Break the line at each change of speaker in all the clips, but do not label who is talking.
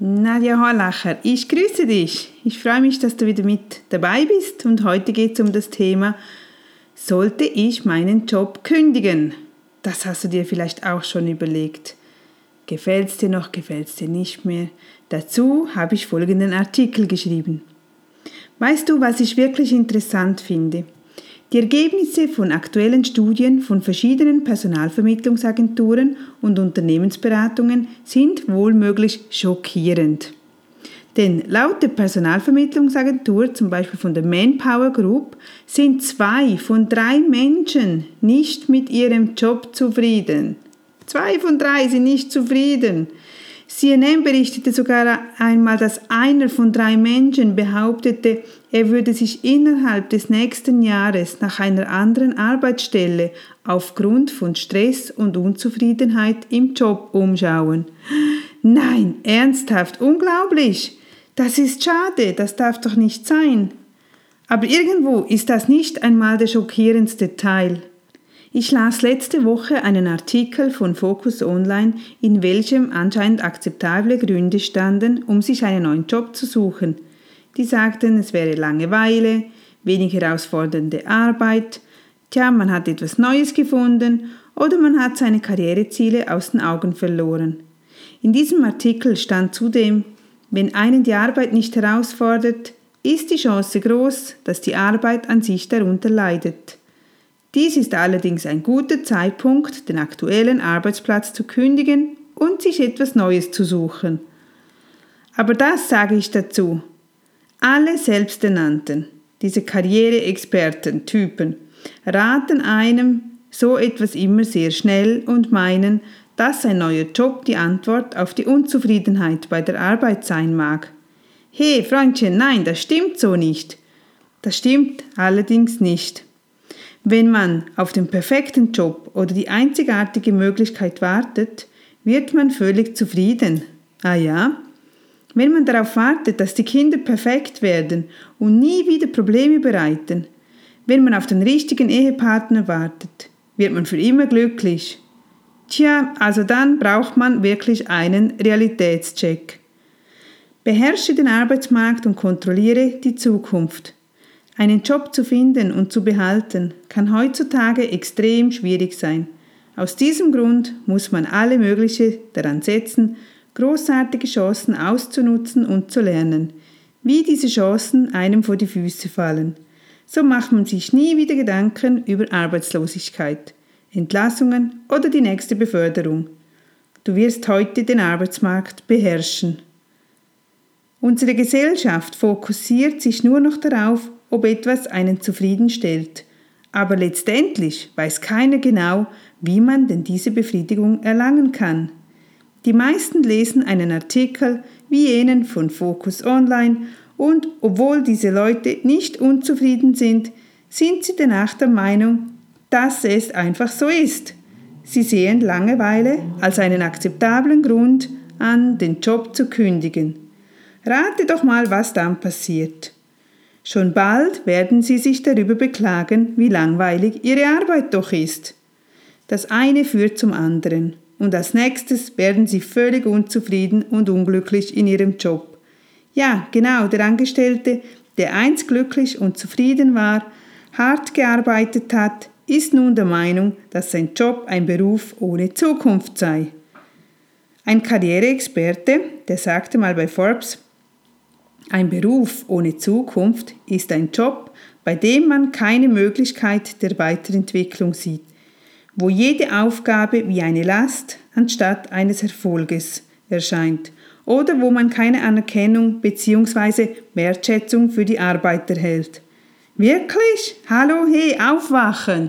Nadja Horlacher, ich grüße dich. Ich freue mich, dass du wieder mit dabei bist und heute geht es um das Thema, sollte ich meinen Job kündigen? Das hast du dir vielleicht auch schon überlegt. Gefällt es dir noch, gefällt es dir nicht mehr? Dazu habe ich folgenden Artikel geschrieben. Weißt du, was ich wirklich interessant finde? Die Ergebnisse von aktuellen Studien von verschiedenen Personalvermittlungsagenturen und Unternehmensberatungen sind wohlmöglich schockierend. Denn laut der Personalvermittlungsagentur, zum Beispiel von der Manpower Group, sind 2 von 3 Menschen nicht mit ihrem Job zufrieden. 2 von 3 sind nicht zufrieden. CNN berichtete sogar einmal, dass einer von 3 Menschen behauptete, er würde sich innerhalb des nächsten Jahres nach einer anderen Arbeitsstelle aufgrund von Stress und Unzufriedenheit im Job umschauen. Nein, ernsthaft, unglaublich. Das ist schade, das darf doch nicht sein. Aber irgendwo ist das nicht einmal der schockierendste Teil. Ich las letzte Woche einen Artikel von Focus Online, in welchem anscheinend akzeptable Gründe standen, um sich einen neuen Job zu suchen. Die sagten, es wäre Langeweile, wenig herausfordernde Arbeit, man hat etwas Neues gefunden oder man hat seine Karriereziele aus den Augen verloren. In diesem Artikel stand zudem, wenn einen die Arbeit nicht herausfordert, ist die Chance groß, dass die Arbeit an sich darunter leidet. Dies ist allerdings ein guter Zeitpunkt, den aktuellen Arbeitsplatz zu kündigen und sich etwas Neues zu suchen. Aber das sage ich dazu. Alle Selbsternannten, diese Karriereexperten-Typen, raten einem so etwas immer sehr schnell und meinen, dass ein neuer Job die Antwort auf die Unzufriedenheit bei der Arbeit sein mag. Hey, Freundchen, nein, das stimmt so nicht. Das stimmt allerdings nicht. Wenn man auf den perfekten Job oder die einzigartige Möglichkeit wartet, wird man völlig zufrieden. Ah ja? Wenn man darauf wartet, dass die Kinder perfekt werden und nie wieder Probleme bereiten, wenn man auf den richtigen Ehepartner wartet, wird man für immer glücklich. Also dann braucht man wirklich einen Realitätscheck. Beherrsche den Arbeitsmarkt und kontrolliere die Zukunft. Einen Job zu finden und zu behalten, kann heutzutage extrem schwierig sein. Aus diesem Grund muss man alle mögliche daran setzen, großartige Chancen auszunutzen und zu lernen, wie diese Chancen einem vor die Füße fallen. So macht man sich nie wieder Gedanken über Arbeitslosigkeit, Entlassungen oder die nächste Beförderung. Du wirst heute den Arbeitsmarkt beherrschen. Unsere Gesellschaft fokussiert sich nur noch darauf, ob etwas einen zufriedenstellt. Aber letztendlich weiß keiner genau, wie man denn diese Befriedigung erlangen kann. Die meisten lesen einen Artikel wie jenen von Focus Online und obwohl diese Leute nicht unzufrieden sind, sind sie danach der Meinung, dass es einfach so ist. Sie sehen Langeweile als einen akzeptablen Grund an, den Job zu kündigen. Rate doch mal, was dann passiert. Schon bald werden sie sich darüber beklagen, wie langweilig ihre Arbeit doch ist. Das eine führt zum anderen und als nächstes werden sie völlig unzufrieden und unglücklich in ihrem Job. Ja, genau, der Angestellte, der einst glücklich und zufrieden war, hart gearbeitet hat, ist nun der Meinung, dass sein Job ein Beruf ohne Zukunft sei. Ein Karriereexperte, der sagte mal bei Forbes, ein Beruf ohne Zukunft ist ein Job, bei dem man keine Möglichkeit der Weiterentwicklung sieht, wo jede Aufgabe wie eine Last anstatt eines Erfolges erscheint oder wo man keine Anerkennung bzw. Wertschätzung für die Arbeit erhält. Wirklich? Hallo, hey, aufwachen!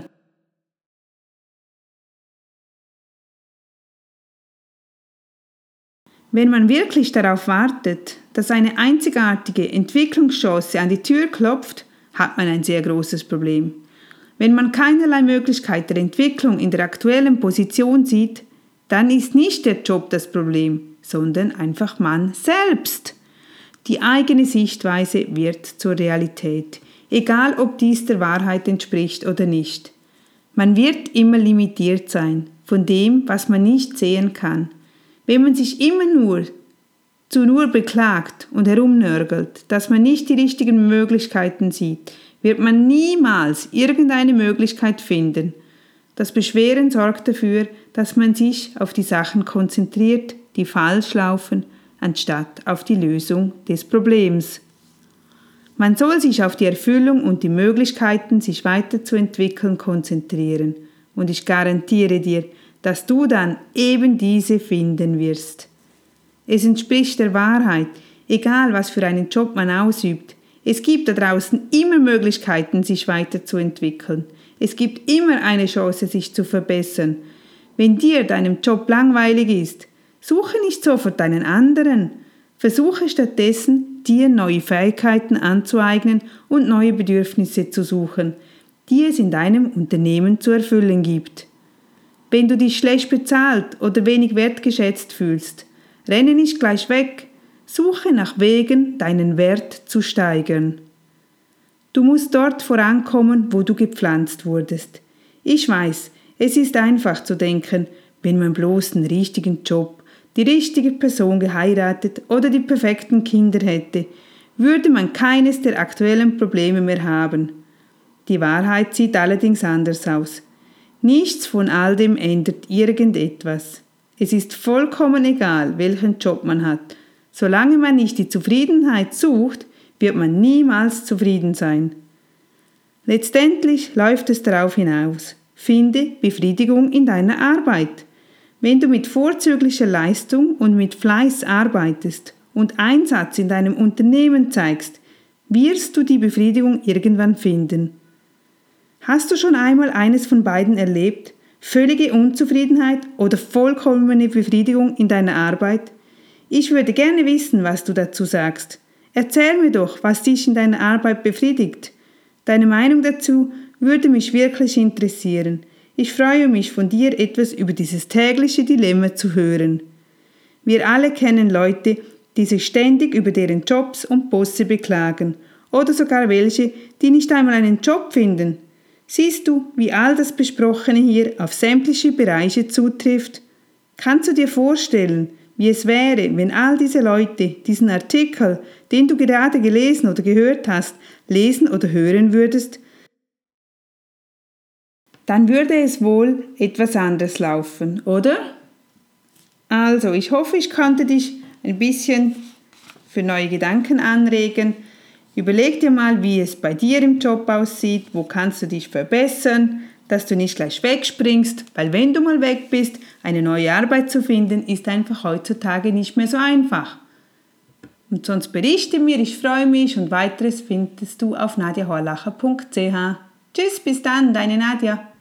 Wenn man wirklich darauf wartet, dass eine einzigartige Entwicklungschance an die Tür klopft, hat man ein sehr großes Problem. Wenn man keinerlei Möglichkeit der Entwicklung in der aktuellen Position sieht, dann ist nicht der Job das Problem, sondern einfach man selbst. Die eigene Sichtweise wird zur Realität, egal ob dies der Wahrheit entspricht oder nicht. Man wird immer limitiert sein von dem, was man nicht sehen kann. Wenn man sich immer nur nur beklagt und herumnörgelt, dass man nicht die richtigen Möglichkeiten sieht, wird man niemals irgendeine Möglichkeit finden. Das Beschweren sorgt dafür, dass man sich auf die Sachen konzentriert, die falsch laufen, anstatt auf die Lösung des Problems. Man soll sich auf die Erfüllung und die Möglichkeiten, sich weiterzuentwickeln, konzentrieren. Und ich garantiere dir, dass du dann eben diese finden wirst. Es entspricht der Wahrheit, egal was für einen Job man ausübt. Es gibt da draußen immer Möglichkeiten, sich weiterzuentwickeln. Es gibt immer eine Chance, sich zu verbessern. Wenn dir deinem Job langweilig ist, suche nicht sofort einen anderen. Versuche stattdessen, dir neue Fähigkeiten anzueignen und neue Bedürfnisse zu suchen, die es in deinem Unternehmen zu erfüllen gibt. Wenn du dich schlecht bezahlt oder wenig wertgeschätzt fühlst, renne nicht gleich weg, suche nach Wegen, deinen Wert zu steigern. Du musst dort vorankommen, wo du gepflanzt wurdest. Ich weiß, es ist einfach zu denken, wenn man bloß den richtigen Job, die richtige Person geheiratet oder die perfekten Kinder hätte, würde man keines der aktuellen Probleme mehr haben. Die Wahrheit sieht allerdings anders aus. Nichts von all dem ändert irgendetwas. Es ist vollkommen egal, welchen Job man hat. Solange man nicht die Zufriedenheit sucht, wird man niemals zufrieden sein. Letztendlich läuft es darauf hinaus. Finde Befriedigung in deiner Arbeit. Wenn du mit vorzüglicher Leistung und mit Fleiß arbeitest und Einsatz in deinem Unternehmen zeigst, wirst du die Befriedigung irgendwann finden. Hast du schon einmal eines von beiden erlebt? Völlige Unzufriedenheit oder vollkommene Befriedigung in deiner Arbeit? Ich würde gerne wissen, was du dazu sagst. Erzähl mir doch, was dich in deiner Arbeit befriedigt. Deine Meinung dazu würde mich wirklich interessieren. Ich freue mich, von dir etwas über dieses tägliche Dilemma zu hören. Wir alle kennen Leute, die sich ständig über deren Jobs und Bosse beklagen oder sogar welche, die nicht einmal einen Job finden. Siehst du, wie all das Besprochene hier auf sämtliche Bereiche zutrifft? Kannst du dir vorstellen, wie es wäre, wenn all diese Leute diesen Artikel, den du gerade gelesen oder gehört hast, lesen oder hören würdest? Dann würde es wohl etwas anders laufen, oder? Also, ich hoffe, ich konnte dich ein bisschen für neue Gedanken anregen. Überleg dir mal, wie es bei dir im Job aussieht, wo kannst du dich verbessern, dass du nicht gleich wegspringst, weil wenn du mal weg bist, eine neue Arbeit zu finden, ist einfach heutzutage nicht mehr so einfach. Und sonst berichte mir, ich freue mich und weiteres findest du auf nadiahorlacher.ch. Tschüss, bis dann, deine Nadia.